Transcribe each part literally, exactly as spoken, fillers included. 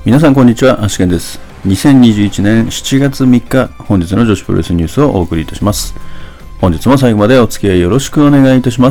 皆さんこんにちは、アシケンです。にせんにじゅういちねんしちがつみっか、本日の女子プロレスニュースをお送りいたします。本日も最後までお付き合いよろしくお願いいたします。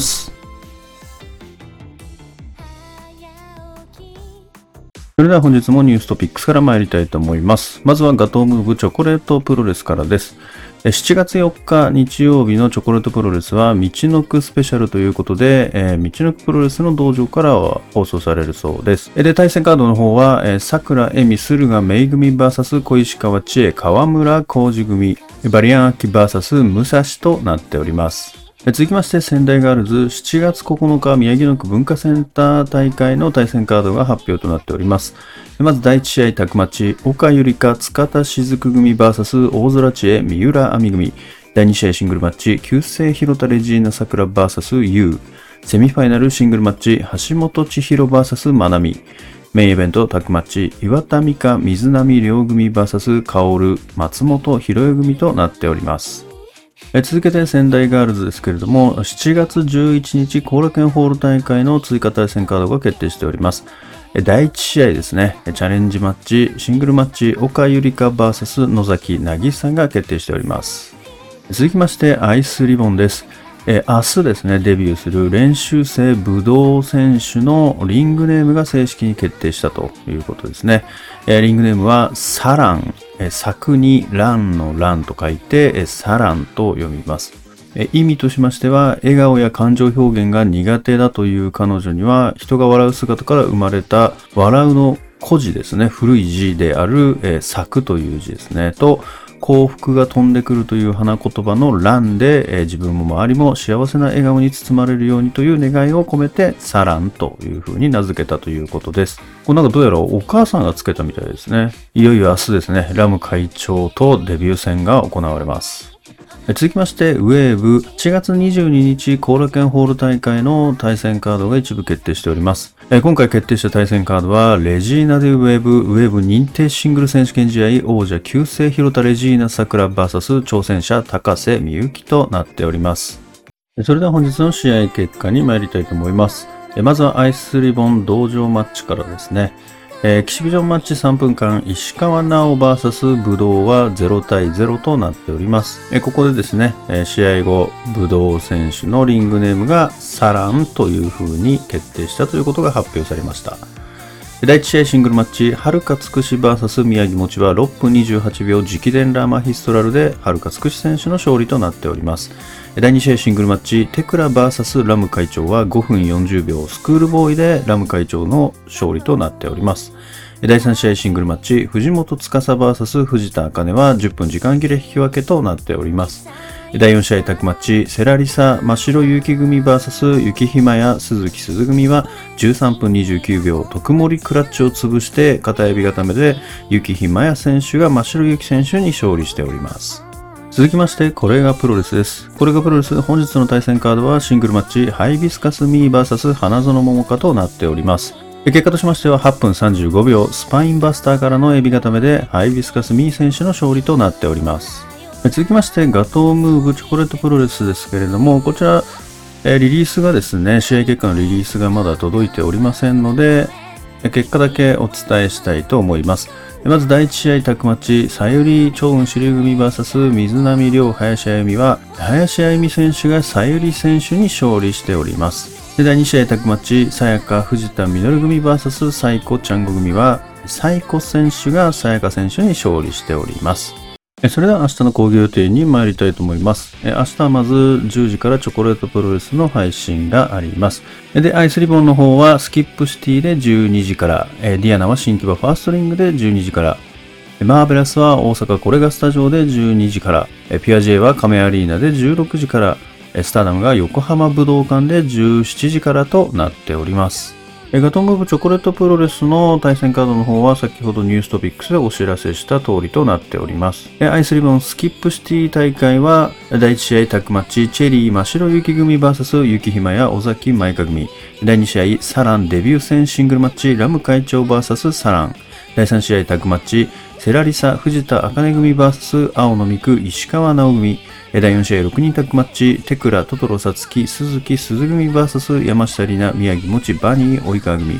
それでは本日もニューストピックスから参りたいと思います。まずはガトームーブチョコレートプロレスからです。しちがつよっか日曜日のチョコレートプロレスは道のくスペシャルということで、えー、道のくプロレスの道場からは放送されるそうです。で、対戦カードの方は、えー、桜恵美駿河芽組 ブイエス 小石川千恵川村浩二組バリアンアキ ブイエス 武蔵となっております。続きまして仙台ガールズしちがつここのか宮城野区文化センター大会の対戦カードが発表となっております。まずだいいち試合タッグマッチ岡ゆりか塚田雫組 ブイエス 大空知恵三浦亜美組。だいに試合シングルマッチ旧姓広田レジーナ桜 ブイエス 優。セミファイナルシングルマッチ橋本千尋 ブイエス まなみ。メインイベントタッグマッチ岩田美香水波亮組 ブイエス 薫松本博代組となっております。続けて仙台ガールズですけれども、しちがつじゅういちにち後楽園ホール大会の追加対戦カードが決定しております。だいいち試合ですね、チャレンジマッチ、シングルマッチ、岡ゆりか ブイエス 野崎渚が決定しております。続きまして、アイスリボンです。え明日ですね、デビューする練習生武道選手のリングネームが正式に決定したということですね。えリングネームはサラン、え作に蘭の蘭と書いてえサランと読みます。え意味としましては、笑顔や感情表現が苦手だという彼女には、人が笑う姿から生まれた笑うの古字ですね、古い字であるえ作という字ですね、と、幸福が飛んでくるという花言葉の蘭で、えー、自分も周りも幸せな笑顔に包まれるようにという願いを込めてサランという風に名付けたということです。これなんかどうやらお母さんがつけたみたいですね。いよいよ明日ですね、ラム会長とデビュー戦が行われます。続きまして、ウェーブしちがつにじゅうににち後楽園ホール大会の対戦カードが一部決定しております。今回決定した対戦カードは、レジーナ・デ・ウェーブ、ウェーブ認定シングル選手権試合王者旧姓広田レジーナ桜 ブイエス 挑戦者高瀬美幸となっております。それでは本日の試合結果に参りたいと思います。まずはアイスリボン道場マッチからですね。えー、キシビジョンマッチさんぷんかん石川直 ブイエス 武道はゼロたいゼロとなっております。えー、ここでですね、えー、試合後武道選手のリングネームがサランという風に決定したということが発表されました。だいいち試合シングルマッチはるかつくし ブイエス 宮城もちはろっぷんにじゅうはちびょう直伝ラマヒストラルではるかつくし選手の勝利となっております。だいに試合シングルマッチテクラ ブイエス ラム会長はごふんよんじゅうびょうスクールボーイでラム会長の勝利となっております。だいさん試合シングルマッチ藤本司 ブイエス 藤田茜はじゅっぷん時間切れ引き分けとなっております。だいよん試合タッグマッチセラリサ真白雪組 ブイエス 雪ひまや鈴木鈴組はじゅうさんぷんにじゅうきゅうびょう特盛クラッチを潰して片指固めで雪ひまや選手が真白雪選手に勝利しております。続きましてこれがプロレスです。これがプロレス本日の対戦カードはシングルマッチハイビスカスミー ブイエス 花園桃香となっております。結果としましてははっぷんさんじゅうごびょうスパインバスターからのエビ固めでハイビスカスミー選手の勝利となっております。続きましてガトームーブチョコレートプロレスですけれども、こちらリリースがですね、試合結果のリリースがまだ届いておりませんので、結果だけお伝えしたいと思います。まずだいいち試合タッグマッチさゆり長雲支流組 ブイエス 水波亮林あゆみは林あゆみ選手がさゆり選手に勝利しております。でだいに試合タッグマッチさやか藤田実組 ブイエス サイコちゃんご組はサイコ選手がさやか選手に勝利しております。それでは明日の講義予定に参りたいと思います。明日はまずじゅうじからチョコレートプロレスの配信があります。で、アイスリボンの方はスキップシティでじゅうにじから、ディアナは新木場ファーストリングでじゅうにじから、マーベラスは大阪コレガスタジオでじゅうにじから、ピュア J は亀アリーナでじゅうろくじから、スターダムが横浜武道館でじゅうしちじからとなっております。ガトームーブチョコレートプロレスの対戦カードの方は先ほどニューストピックスでお知らせした通りとなっております。アイスリボンスキップシティ大会はだいいち試合タッグマッチチェリー真白雪組 ブイエス 雪ひまや尾崎舞香組。だいに試合サランデビュー戦シングルマッチラム会長 ブイエス サラン。だいさん試合タッグマッチセラリサ藤田茜組 ブイエス 青野美久石川直組。だいよん試合ろくにんタッグマッチテクラトトロサツキ鈴木鈴組 ブイエス 山下里奈宮城もちバニー及川組。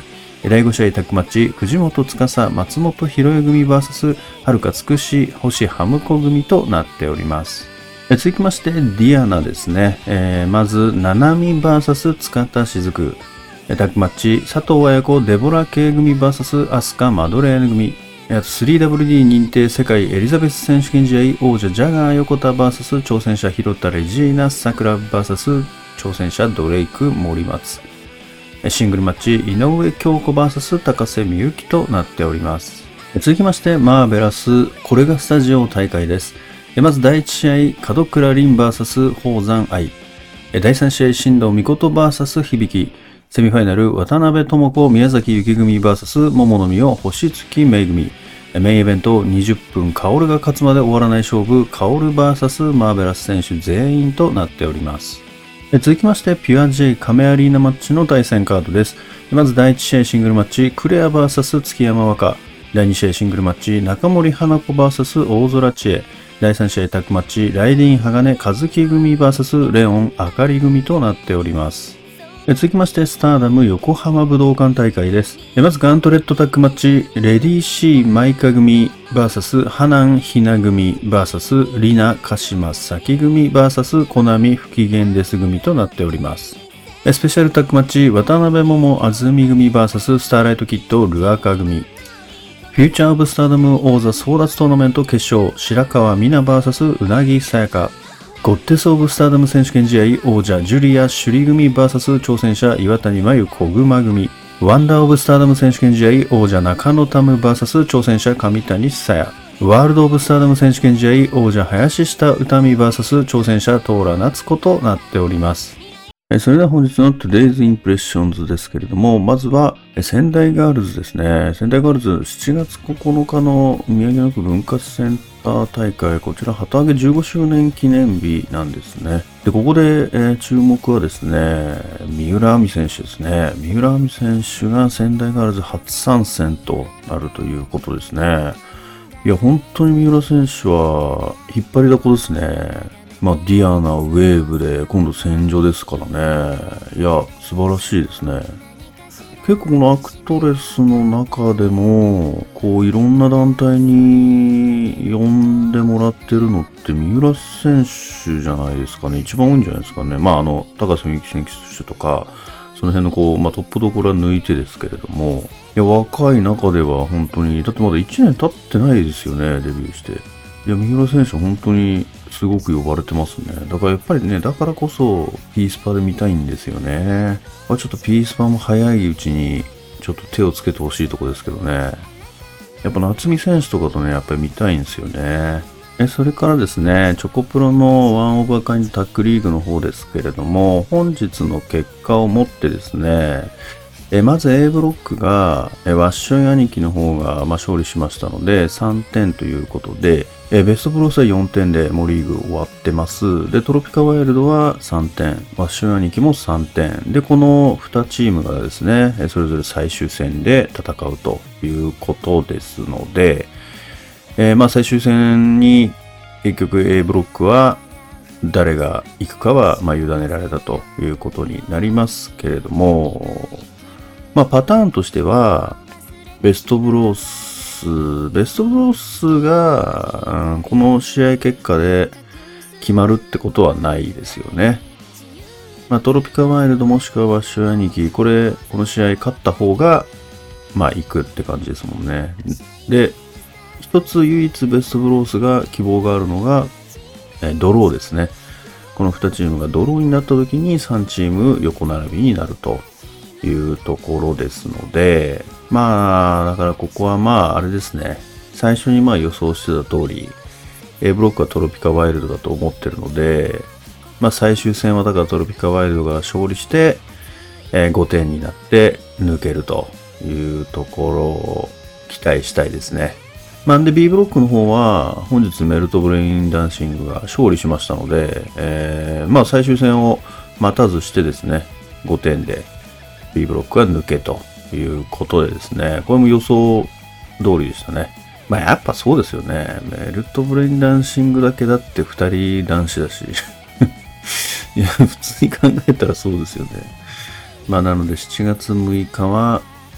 だいご試合タッグマッチ、藤本司、松本博恵組 ブイエス はるかつくし、星ハムコ組となっております。続きまして、ディアナですね。えー、まず、ナナミ ブイエス 塚田雫。タッグマッチ、佐藤綾子、デボラ K 組 ブイエス アスカマドレーヌ組。あと スリーダブリューディー 認定世界エリザベス選手権試合、王者ジャガー横田 ブイエス 挑戦者広田レジーナさくら ブイエス 挑戦者ドレイク森松。シングルマッチ、井上京子 ブイエス 高瀬美幸となっております。続きまして、マーベラス、これがスタジオ大会です。まずだいいち試合、門倉凛 ブイエス 宝山愛。だいさん試合、新藤美琴 ブイエス 響。セミファイナル、渡辺智子、宮崎幸組 ブイエス 桃の実を星月芽組。メインイベントにじゅっぷん、薫が勝つまで終わらない勝負、薫 ブイエス マーベラス選手全員となっております。続きまして、ピュア J 亀アリーナマッチの対戦カードです。まずだいいち試合シングルマッチ、クレア ブイエス 月山和歌。だいに試合シングルマッチ、中森花子 ブイエス 大空知恵。だいさん試合タッグマッチ、ライディン鋼和樹組 ブイエス レオンあかり組となっております。続きまして、スターダム横浜武道館大会です。まずガントレットタッグマッチ、レディーシーマイカ組 ブイエス ハナンひな組 ブイエス リナ鹿島咲組 ブイエス コナミ不機嫌です組となっております。スペシャルタッグマッチ、渡辺桃あずみ組 ブイエス スターライトキッドルアカ組。フューチャーオブスターダム王座争奪トーナメント決勝、白川美奈 ブイエス うなぎさやか。ゴッテス・オブ・スターダム選手権試合王者ジュリア・シュリ組 ブイエス 挑戦者岩谷真由小熊組。ワンダー・オブ・スターダム選手権試合王者中野タム ブイエス 挑戦者上谷さや。ワールド・オブ・スターダム選手権試合王者林下歌美 ブイエス 挑戦者トーラ夏子となっております。それでは本日の Today's Impressions ですけれども、まずは仙台ガールズですね。仙台ガールズしちがつここのかの宮城野区分割センター大会、こちら旗揚げじゅうごしゅうねん記念日なんですね。で、ここで、えー、注目はですね、三浦亜美選手ですね。三浦亜美選手が仙台ガールズ初参戦となるということですね。いや、本当に三浦選手は引っ張りだこですね。まあ、ディアナ、ウェーブで、今度戦場ですからね。いや、素晴らしいですね。結構このアクトレスの中でも、こういろんな団体に呼んでもらってるのって三浦選手じゃないですかね。一番多いんじゃないですかね。まあ、あの、高瀬美樹選手とか、その辺のこう、まあトップどころは抜いてですけれども、いや、若い中では本当に、だってまだいちねん経ってないですよね、デビューして。いや、三浦選手本当にすごく呼ばれてますね。だからやっぱりね、だからこそピースパで見たいんですよね。まあ、ちょっとピースパも早いうちにちょっと手をつけてほしいとこですけどね。やっぱ夏見選手とかとね、やっぱり見たいんですよね。えそれからですね、チョコプロのワンオブアカインドタッグリーグの方ですけれども、本日の結果をもってですね、えまず A ブロックが、えワッショイ兄貴の方が、まあ、勝利しましたのでさんてんということで、えベストブロースはよんてんでもうリーグ終わってます。で、トロピカワイルドはさんてん、ワッショイ兄貴もさんてん。で、このにチームがですね、それぞれ最終戦で戦うということですので、えー、まあ最終戦に結局 A ブロックは誰が行くかはまあ委ねられたということになりますけれども、まあパターンとしてはベストブロース、ベストブロースが、うん、この試合結果で決まるってことはないですよね。まあトロピカワイルドもしくはワッシュ兄貴、これこの試合勝った方がまあ行くって感じですもんね。で、一つ唯一ベストブロースが希望があるのがえドローですね。このにチームがドローになった時にさんチーム横並びになるというところですので、まあだからここはまああれですね、最初にまあ予想してた通り A ブロックはトロピカワイルドだと思ってるので、まあ最終戦はだからトロピカワイルドが勝利して、えー、ごてんになって抜けるというところを期待したいですね。なんで B ブロックの方は本日メルトブレインダンシングが勝利しましたので、えー、まあ最終戦を待たずしてですね、ごてんで B ブロックが抜けということでですね、これも予想通りでしたね。まあやっぱそうですよね。メルトブレインダンシングだけだってふたり男子だし。いや、普通に考えたらそうですよね。まあなのでしちがつむいかは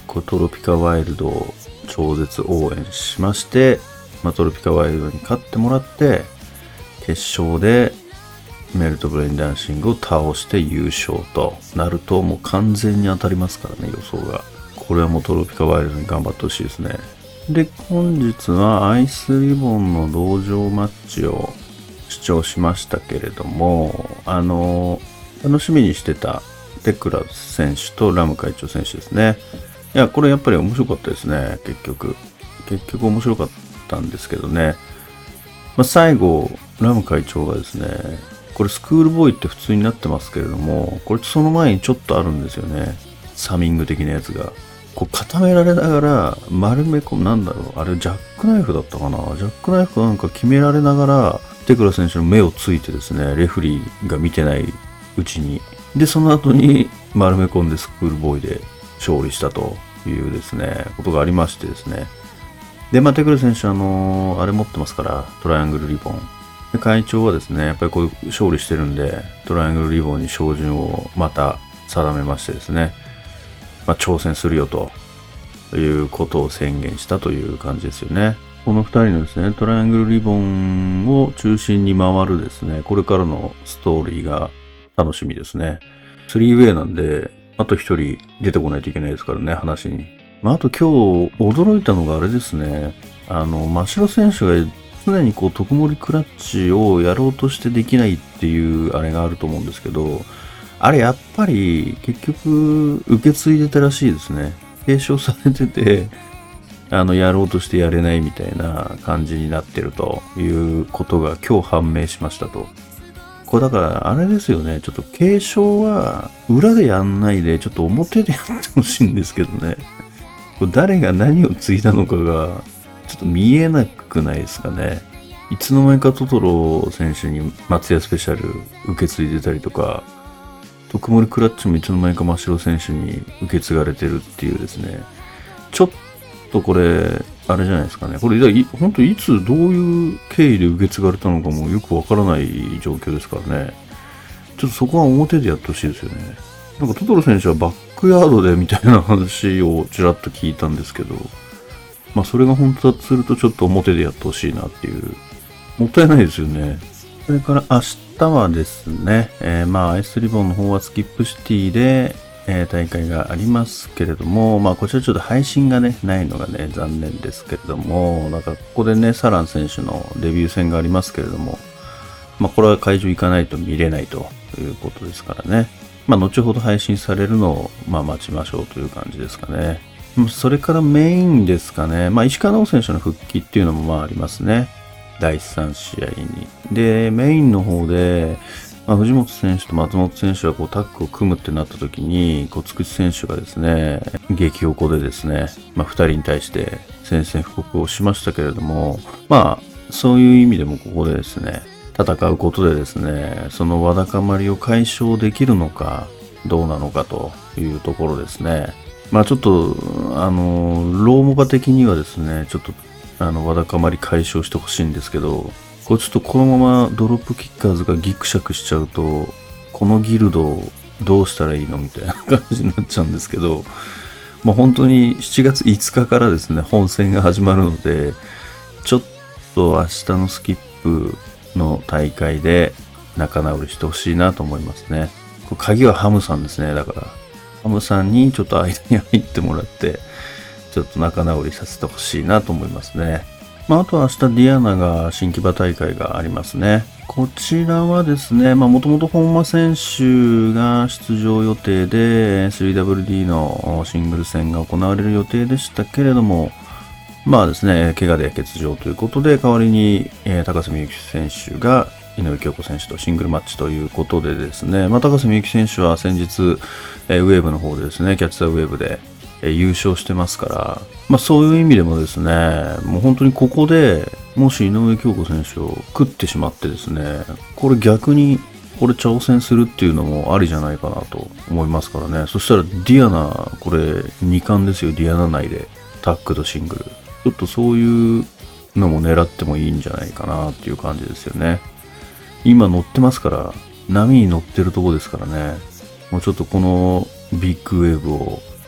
こうトロピカワイルドを超絶応援しまして、まあ、トロピカワイルドに勝ってもらって、決勝でメルトブレインダンシングを倒して優勝となると、もう完全に当たりますからね、予想が。これはもうトロピカワイルドに頑張ってほしいですね。で、本日はアイスリボンの道場マッチを視聴しましたけれども、あの、楽しみにしてたテクラス選手とラム会長選手ですね。いや、これやっぱり面白かったですね、結局。結局面白かったんですけどね。まあ、最後、ラム会長がですね、これスクールボーイって普通になってますけれども、これその前にちょっとあるんですよね。サミング的なやつが。こう固められながら丸め込む、なんだろう、あれジャックナイフだったかな、ジャックナイフなんか決められながらテクラ選手の目をついてですね、レフリーが見てないうちに、でその後に丸め込んでスクールボーイで勝利したというですねことがありましてですね。でまあテクラ選手あのー、あれ持ってますから、トライアングルリボンで、会長はですねやっぱりこういう勝利してるんでトライアングルリボンに照準をまた定めましてですね、まあ、挑戦するよということを宣言したという感じですよね。このふたりのですね、トライアングルリボンを中心に回るですね、これからのストーリーが楽しみですね。スリーウェイなんで、あとひとり出てこないといけないですからね、話に。まあ、あと今日驚いたのがあれですね、あの、真城選手が常にこう、特盛クラッチをやろうとしてできないっていうあれがあると思うんですけど、あれやっぱり結局受け継いでたらしいですね。継承されてて、あのやろうとしてやれないみたいな感じになってるということが今日判明しましたと。これだからあれですよね。ちょっと継承は裏でやんないでちょっと表でやってほしいんですけどね。これ誰が何を継いだのかがちょっと見えなくないですかね。いつの間にかトトロ選手に松屋スペシャル受け継いでたりとか、特盛クラッチもいつの間にか真城選手に受け継がれてるっていうですね。ちょっとこれ、あれじゃないですかね。これ、本当いつどういう経緯で受け継がれたのかもよくわからない状況ですからね。ちょっとそこは表でやってほしいですよね。なんかトトロ選手はバックヤードでみたいな話をちらっと聞いたんですけど、まあそれが本当だとするとちょっと表でやってほしいなっていう。もったいないですよね。それから明日はですね、えー、まあアイスリボンの方はスキップシティで、えー、大会がありますけれども、まあこちらちょっと配信がね、ないのがね、残念ですけれども、なんかここでね、サラン選手のデビュー戦がありますけれども、まあこれは会場行かないと見れないということですからね。まあ後ほど配信されるのを、まあ待ちましょうという感じですかね。それからメインですかね。まあ石川直選手の復帰っていうのもまあありますね。だいさん試合に。で、メインの方で、まあ、藤本選手と松本選手がこうタッグを組むってなった時に、こう、つくし選手がですね、激おこでですね、まあ、ふたりに対して宣戦布告をしましたけれども、まあ、そういう意味でもここでですね、戦うことでですね、そのわだかまりを解消できるのか、どうなのかというところですね。まあ、ちょっと、あの、ローモバ的にはですね、ちょっと、あの、わだかまり解消してほしいんですけど、これちょっとこのままドロップキッカーズがギクシャクしちゃうと、このギルドをどうしたらいいのみたいな感じになっちゃうんですけど、まあ本当にしちがついつかからですね、本戦が始まるので、ちょっと明日のスキップの大会で仲直りしてほしいなと思いますね。これ鍵はハムさんですね、だから。ハムさんにちょっと間に入ってもらって、ちょっと仲直りさせてほしいなと思いますね。まあ、あとは明日ディアナが新木場大会がありますね。こちらはですね、まあもともと本間選手が出場予定で スリーダブリューディー のシングル戦が行われる予定でしたけれども、まあですね、怪我で欠場ということで、代わりに、えー、高瀬美幸選手が井上京子選手とシングルマッチということでですね、まあ高瀬美幸選手は先日、えー、ウェーブの方でですね、キャッチ・ザ・ウェーブで優勝してますから、まあそういう意味でもですね、もう本当にここでもし井上京子選手を食ってしまってですね、これ逆にこれ挑戦するっていうのもありじゃないかなと思いますからね。そしたらディアナ、これに冠ですよ、ディアナ内でタッグとシングル。ちょっとそういうのも狙ってもいいんじゃないかなっていう感じですよね。今乗ってますから、波に乗ってるとこですからね、もうちょっとこのビッグウェーブを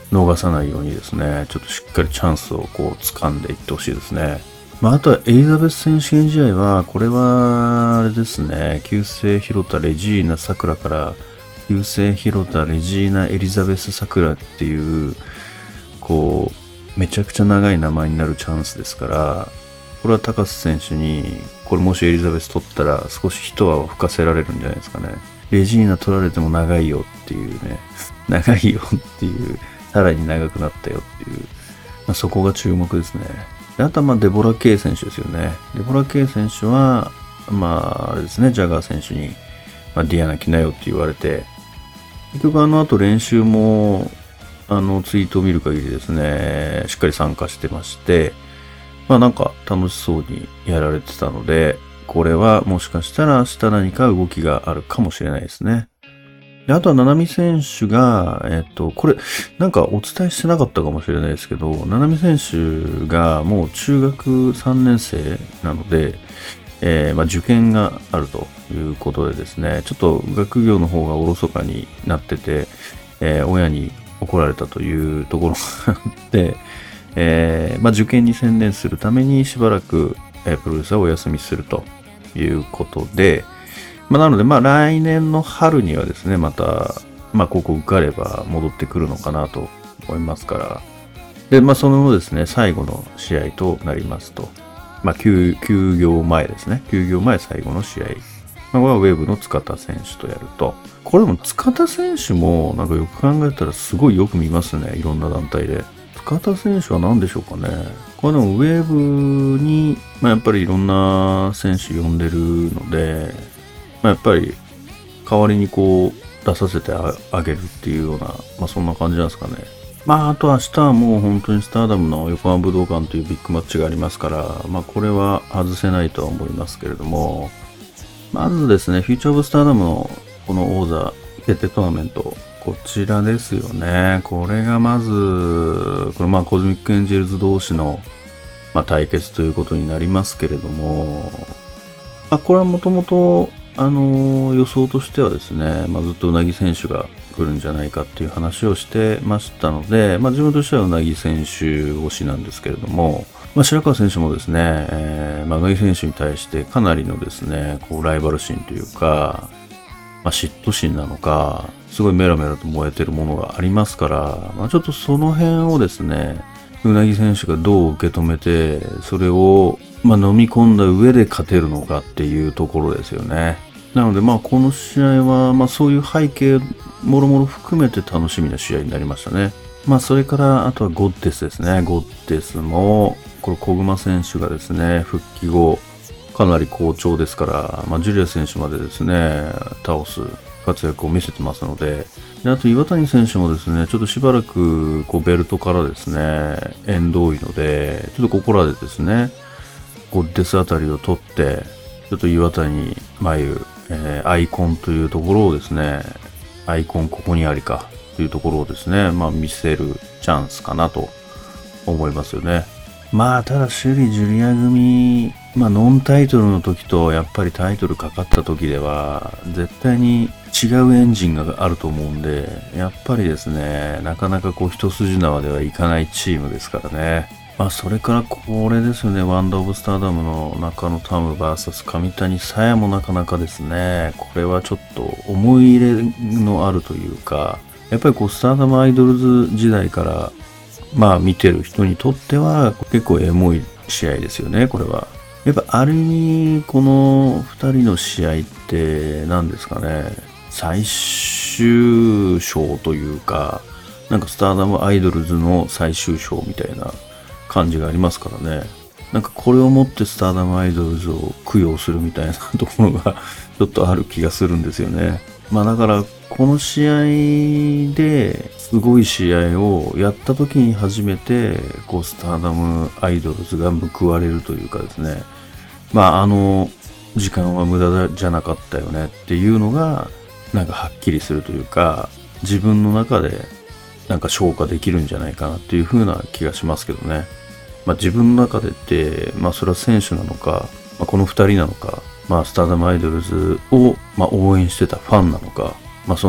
逃さないようにですね、ちょっとしっかりチャンスをこう掴んでいってほしいですね。まあ、あとはエリザベス選手権試合は、これは、あれですね、旧姓広田レジーナさくらから、旧姓広田レジーナエリザベスさくらっていう、こう、めちゃくちゃ長い名前になるチャンスですから、これは高須選手に、これもしエリザベス取ったら少し一泡吹かせられるんじゃないですかね。レジーナ取られても長いよっていうね、長いよっていう、さらに長くなったよっていう、まあ、そこが注目ですね。であとはまあデボラ・ケイ選手ですよね。デボラ・ケイ選手は、まああれですね、ジャガー選手に、まあ、ディアナ着なよって言われて、結局あの後練習も、あのツイートを見る限りですね、しっかり参加してまして、まあなんか楽しそうにやられてたので、これはもしかしたら明日何か動きがあるかもしれないですね。であとは、ななみ選手が、えっと、これ、なんかお伝えしてなかったかもしれないですけど、ななみ選手がもう中学さんねん生なので、えー、まあ受験があるということでですね、ちょっと学業の方がおろそかになってて、えー、親に怒られたというところがあって、えー、まあ受験に専念するためにしばらく、えー、プロレスはお休みするということで、まあ、なので、まあ、来年の春にはですね、また、まあ、ここ受かれば戻ってくるのかなと思いますから。で、まあ、その後ですね、最後の試合となりますと。まあ、休、休業前ですね。休業前最後の試合。まあ、これはウェーブの塚田選手とやると。これも塚田選手も、なんかよく考えたらすごいよく見ますね。いろんな団体で。塚田選手は何でしょうかね。これでもウェーブに、まあ、やっぱりいろんな選手呼んでるので、まあ、やっぱり代わりにこう出させてあげるっていうような、まあそんな感じなんですかね。まああと明日はもう本当にスターダムの横浜武道館というビッグマッチがありますから、まあこれは外せないとは思いますけれども、まずですね、フューチャーオブスターダムのこの王座決定トーナメント、こちらですよね。これがまず、これまあコズミックエンジェルズ同士の、まあ、対決ということになりますけれども、まあ、これはもともとあのー、予想としてはですね、まあ、ずっとうなぎ選手が来るんじゃないかっていう話をしてましたので、まあ、自分としてはうなぎ選手推しなんですけれども、まあ、白川選手もですね、えーまあ、うなぎ選手に対してかなりのですね、こうライバル心というか、まあ、嫉妬心なのか、すごいメラメラと燃えてるものがありますから、まあ、ちょっとその辺をですね、うなぎ選手がどう受け止めて、それをまあ、飲み込んだ上で勝てるのかっていうところですよね。なので、まあ、この試合は、まあ、そういう背景、もろもろ含めて楽しみな試合になりましたね。まあ、それから、あとはゴッデスですね。ゴッデスも、これ、小熊選手がですね、復帰後、かなり好調ですから、まあ、ジュリア選手までですね、倒す活躍を見せてますので、であと岩谷選手もですね、ちょっとしばらくこうベルトからですね、縁遠いので、ちょっとここらでですね、ゴッデスあたりを取って、ちょっと岩谷真由、えー、アイコンというところをですね、アイコンここにありかというところをですね、まあ見せるチャンスかなと思いますよね。まあただ首里ジュリア組、まあノンタイトルの時とやっぱりタイトルかかった時では絶対に違うエンジンがあると思うんで、やっぱりですね、なかなかこう一筋縄ではいかないチームですからね。まあそれからこれですよね、ワンダーオブスターダムの中野タム ブイエス 上谷さやもなかなかですね、これはちょっと思い入れのあるというか、やっぱりこうスターダムアイドルズ時代からまあ見てる人にとっては結構エモい試合ですよね、これは。やっぱある意味このふたりの試合って何ですかね、最終章というか、なんかスターダムアイドルズの最終章みたいな感じがありますからね。なんかこれをもってスターダムアイドルズを供養するみたいなところがちょっとある気がするんですよね。まあだからこの試合ですごい試合をやった時に初めてこうスターダムアイドルズが報われるというかですね。まああの時間は無駄じゃなかったよねっていうのがなんかはっきりするというか、自分の中でなんか消化できるんじゃないかなっていう風な気がしますけどね。まあ自分の中でって、まあそれは選手なのか、まあ、この二人なのか、まあスターダムアイドルズを、まあ、応援してたファンなのか、まあその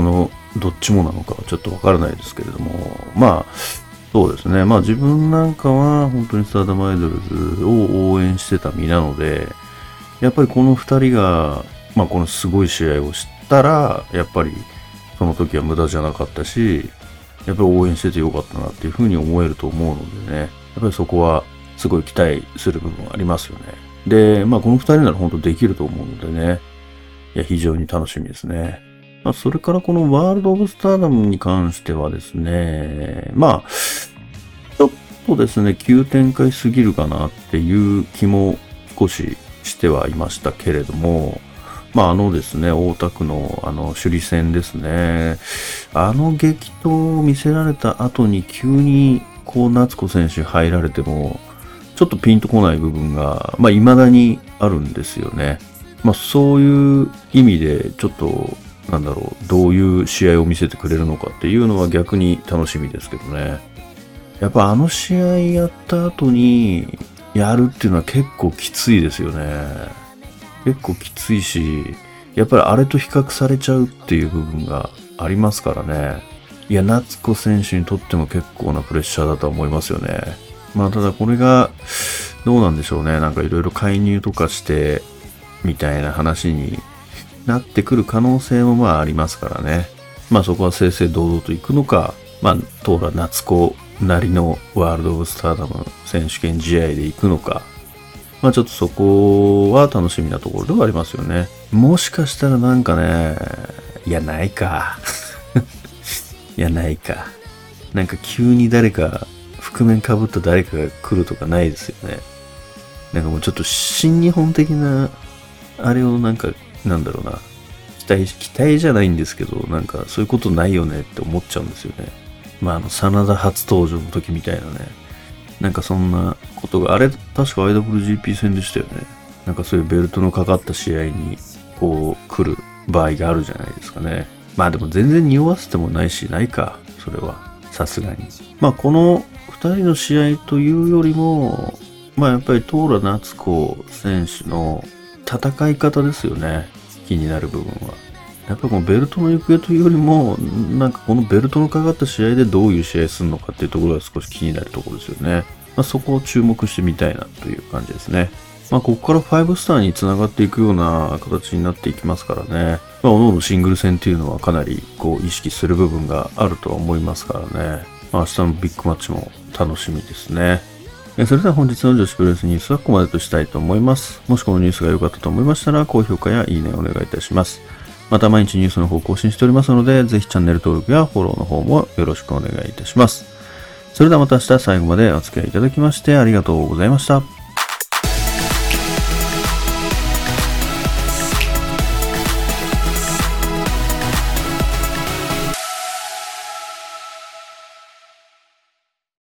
どっちもなのかはちょっとわからないですけれども、まあ、そうですね。まあ自分なんかは本当にスターダムアイドルズを応援してた身なので、やっぱりこの二人が、まあこのすごい試合をしたら、やっぱりその時は無駄じゃなかったし、やっぱり応援しててよかったなっていうふうに思えると思うのでね、やっぱりそこはすごい期待する部分はありますよね。で、まあこの二人なら本当できると思うのでね、いや非常に楽しみですね。まあ、それからこのワールド・オブ・スターダムに関してはですね、まあ、ちょっとですね、急展開すぎるかなっていう気も少ししてはいましたけれども、まああのですね、大田区のあの首里戦ですね、あの激闘を見せられた後に急にこう夏子選手入られても、ちょっとピンとこない部分が、まあ未だにあるんですよね。まあそういう意味でちょっと、なんだろう、どういう試合を見せてくれるのかっていうのは逆に楽しみですけどね。やっぱあの試合やった後にやるっていうのは結構きついですよね。結構きついし、やっぱりあれと比較されちゃうっていう部分がありますからね。いや、夏子選手にとっても結構なプレッシャーだと思いますよね。まあただこれがどうなんでしょうね。なんかいろいろ介入とかしてみたいな話になってくる可能性もまあありますからね。まあそこは正々堂々と行くのか、まあトーラ夏子なりのワールド・オブ・スターダム選手権試合で行くのか、まあちょっとそこは楽しみなところではありますよね。もしかしたらなんかね、いやないか。いやないか。なんか急に誰か、覆面被った誰かが来るとかないですよね。なんかもうちょっと新日本的な、あれをなんか、なんだろうな。期待、期待じゃないんですけど、なんかそういうことないよねって思っちゃうんですよね。まああの、真田初登場の時みたいなね。なんかそんなことが、あれ、確か アイダブリュージーピー 戦でしたよね。なんかそういうベルトのかかった試合に、こう、来る場合があるじゃないですかね。まあでも全然匂わせてもないし、ないか。それは。さすがに。まあこの二人の試合というよりも、まあやっぱりトーラ夏子選手の戦い方ですよね。気になる部分は。やっぱりこのベルトの行方というよりも、なんかこのベルトのかかった試合でどういう試合するのかっていうところが少し気になるところですよね。まあ、そこを注目してみたいなという感じですね。まあここからごスターに繋がっていくような形になっていきますからね。まあ、おのおのシングル戦っていうのはかなりこう意識する部分があるとは思いますからね。まあ明日のビッグマッチも楽しみですね。それでは本日の女子プロレスニュースはここまでとしたいと思います。もしこのニュースが良かったと思いましたら、高評価やいいねをお願いいたします。また毎日ニュースの方更新しておりますので、ぜひチャンネル登録やフォローの方もよろしくお願いいたします。それではまた明日最後までお付き合いいただきましてありがとうございました。